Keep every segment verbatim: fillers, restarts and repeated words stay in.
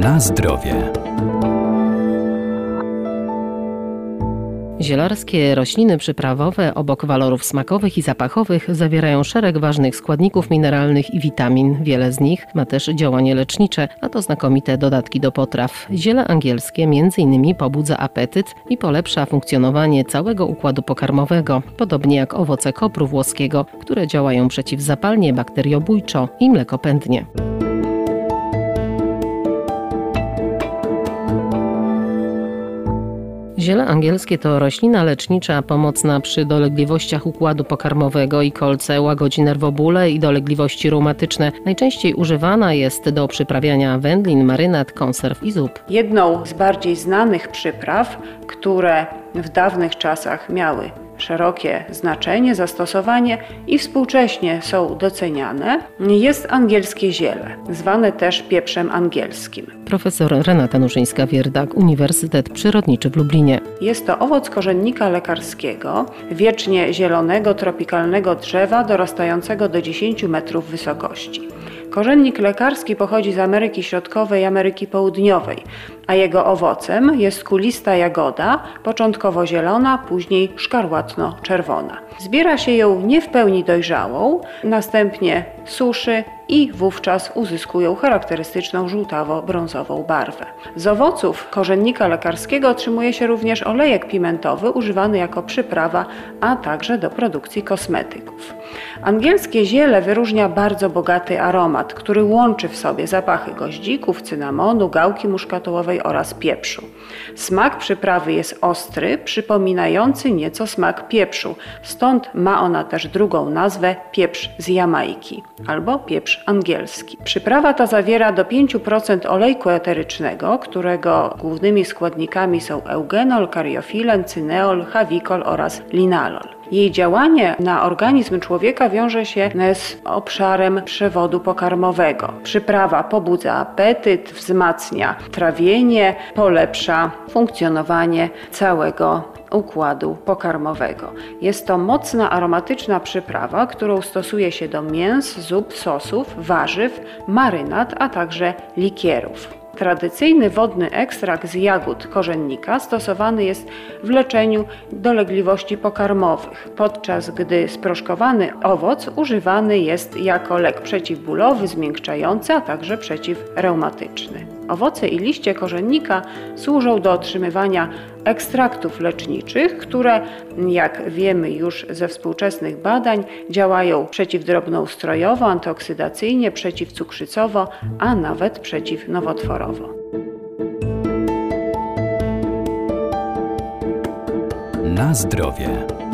Na zdrowie. Zielarskie rośliny przyprawowe obok walorów smakowych i zapachowych zawierają szereg ważnych składników mineralnych i witamin. Wiele z nich ma też działanie lecznicze, a to znakomite dodatki do potraw. Ziele angielskie między innymi pobudza apetyt i polepsza funkcjonowanie całego układu pokarmowego, podobnie jak owoce kopru włoskiego, które działają przeciwzapalnie, bakteriobójczo i mlekopędnie. Ziele angielskie to roślina lecznicza pomocna przy dolegliwościach układu pokarmowego i kolce, łagodzi nerwobóle i dolegliwości reumatyczne. Najczęściej używana jest do przyprawiania wędlin, marynat, konserw i zup. Jedną z bardziej znanych przypraw, które w dawnych czasach miały szerokie znaczenie, zastosowanie i współcześnie są doceniane, jest angielskie ziele, zwane też pieprzem angielskim. Profesor Renata Nuszyńska-Wierdak, Uniwersytet Przyrodniczy w Lublinie. Jest to owoc korzennika lekarskiego, wiecznie zielonego, tropikalnego drzewa dorastającego do dziesięciu metrów wysokości. Korzennik lekarski pochodzi z Ameryki Środkowej i Ameryki Południowej, a jego owocem jest kulista jagoda, początkowo zielona, później szkarłatno-czerwona. Zbiera się ją nie w pełni dojrzałą, następnie suszy i wówczas uzyskują charakterystyczną żółtawo-brązową barwę. Z owoców korzennika lekarskiego otrzymuje się również olejek pimentowy używany jako przyprawa, a także do produkcji kosmetyków. Angielskie ziele wyróżnia bardzo bogaty aromat, który łączy w sobie zapachy goździków, cynamonu, gałki muszkatołowej oraz pieprzu. Smak przyprawy jest ostry, przypominający nieco smak pieprzu, stąd ma ona też drugą nazwę pieprz z Jamajki albo pieprz angielski. Przyprawa ta zawiera do pięć procent olejku eterycznego, którego głównymi składnikami są eugenol, kariofilen, cyneol, hawikol oraz linalol. Jej działanie na organizm człowieka wiąże się z obszarem przewodu pokarmowego. Przyprawa pobudza apetyt, wzmacnia trawienie, polepsza funkcjonowanie całego układu pokarmowego. Jest to mocna, aromatyczna przyprawa, którą stosuje się do mięs, zup, sosów, warzyw, marynat, a także likierów. Tradycyjny wodny ekstrakt z jagód korzennika stosowany jest w leczeniu dolegliwości pokarmowych, podczas gdy sproszkowany owoc używany jest jako lek przeciwbólowy, zmiękczający, a także przeciwreumatyczny. Owoce i liście korzennika służą do otrzymywania ekstraktów leczniczych, które, jak wiemy już ze współczesnych badań, działają przeciwdrobnoustrojowo, antyoksydacyjnie, przeciwcukrzycowo, a nawet przeciwnowotworowo. Na zdrowie.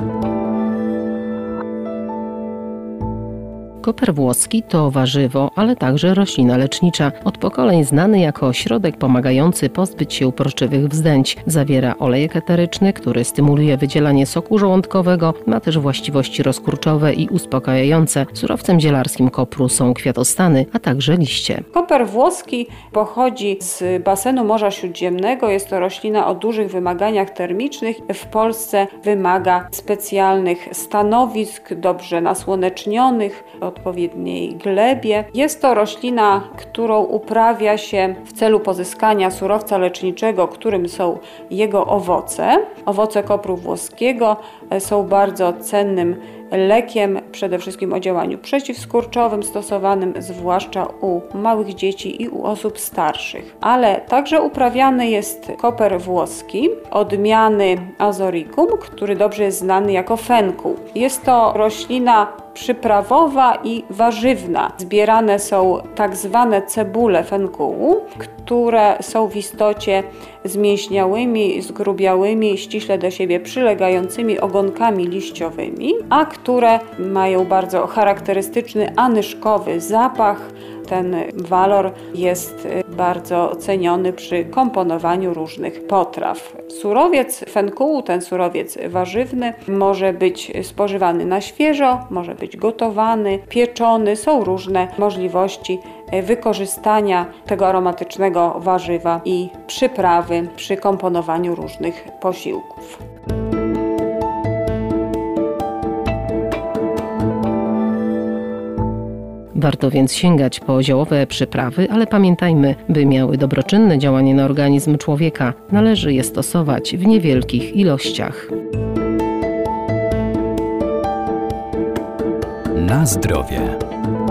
Koper włoski to warzywo, ale także roślina lecznicza. Od pokoleń znany jako środek pomagający pozbyć się uporczywych wzdęć. Zawiera olejek eteryczny, który stymuluje wydzielanie soku żołądkowego, ma też właściwości rozkurczowe i uspokajające. Surowcem zielarskim kopru są kwiatostany, a także liście. Koper włoski pochodzi z basenu Morza Śródziemnego. Jest to roślina o dużych wymaganiach termicznych. W Polsce wymaga specjalnych stanowisk, dobrze nasłonecznionych, odpowiedniej glebie. Jest to roślina, którą uprawia się w celu pozyskania surowca leczniczego, którym są jego owoce. Owoce kopru włoskiego są bardzo cennym lekiem, przede wszystkim o działaniu przeciwskurczowym, stosowanym zwłaszcza u małych dzieci i u osób starszych. Ale także uprawiany jest koper włoski odmiany Azoricum, który dobrze jest znany jako fenkół. Jest to roślina przyprawowa i warzywna. Zbierane są tak zwane cebule fenkółu, które są w istocie zmięśniałymi, zgrubiałymi, ściśle do siebie przylegającymi ogonkami liściowymi, a które mają bardzo charakterystyczny anyszkowy zapach. Ten walor jest bardzo ceniony przy komponowaniu różnych potraw. Surowiec fenkółu, ten surowiec warzywny, może być spożywany na świeżo, może być gotowany, pieczony. Są różne możliwości wykorzystania tego aromatycznego warzywa i przyprawy przy komponowaniu różnych posiłków. Warto więc sięgać po ziołowe przyprawy, ale pamiętajmy, by miały dobroczynne działanie na organizm człowieka, należy je stosować w niewielkich ilościach. Na zdrowie.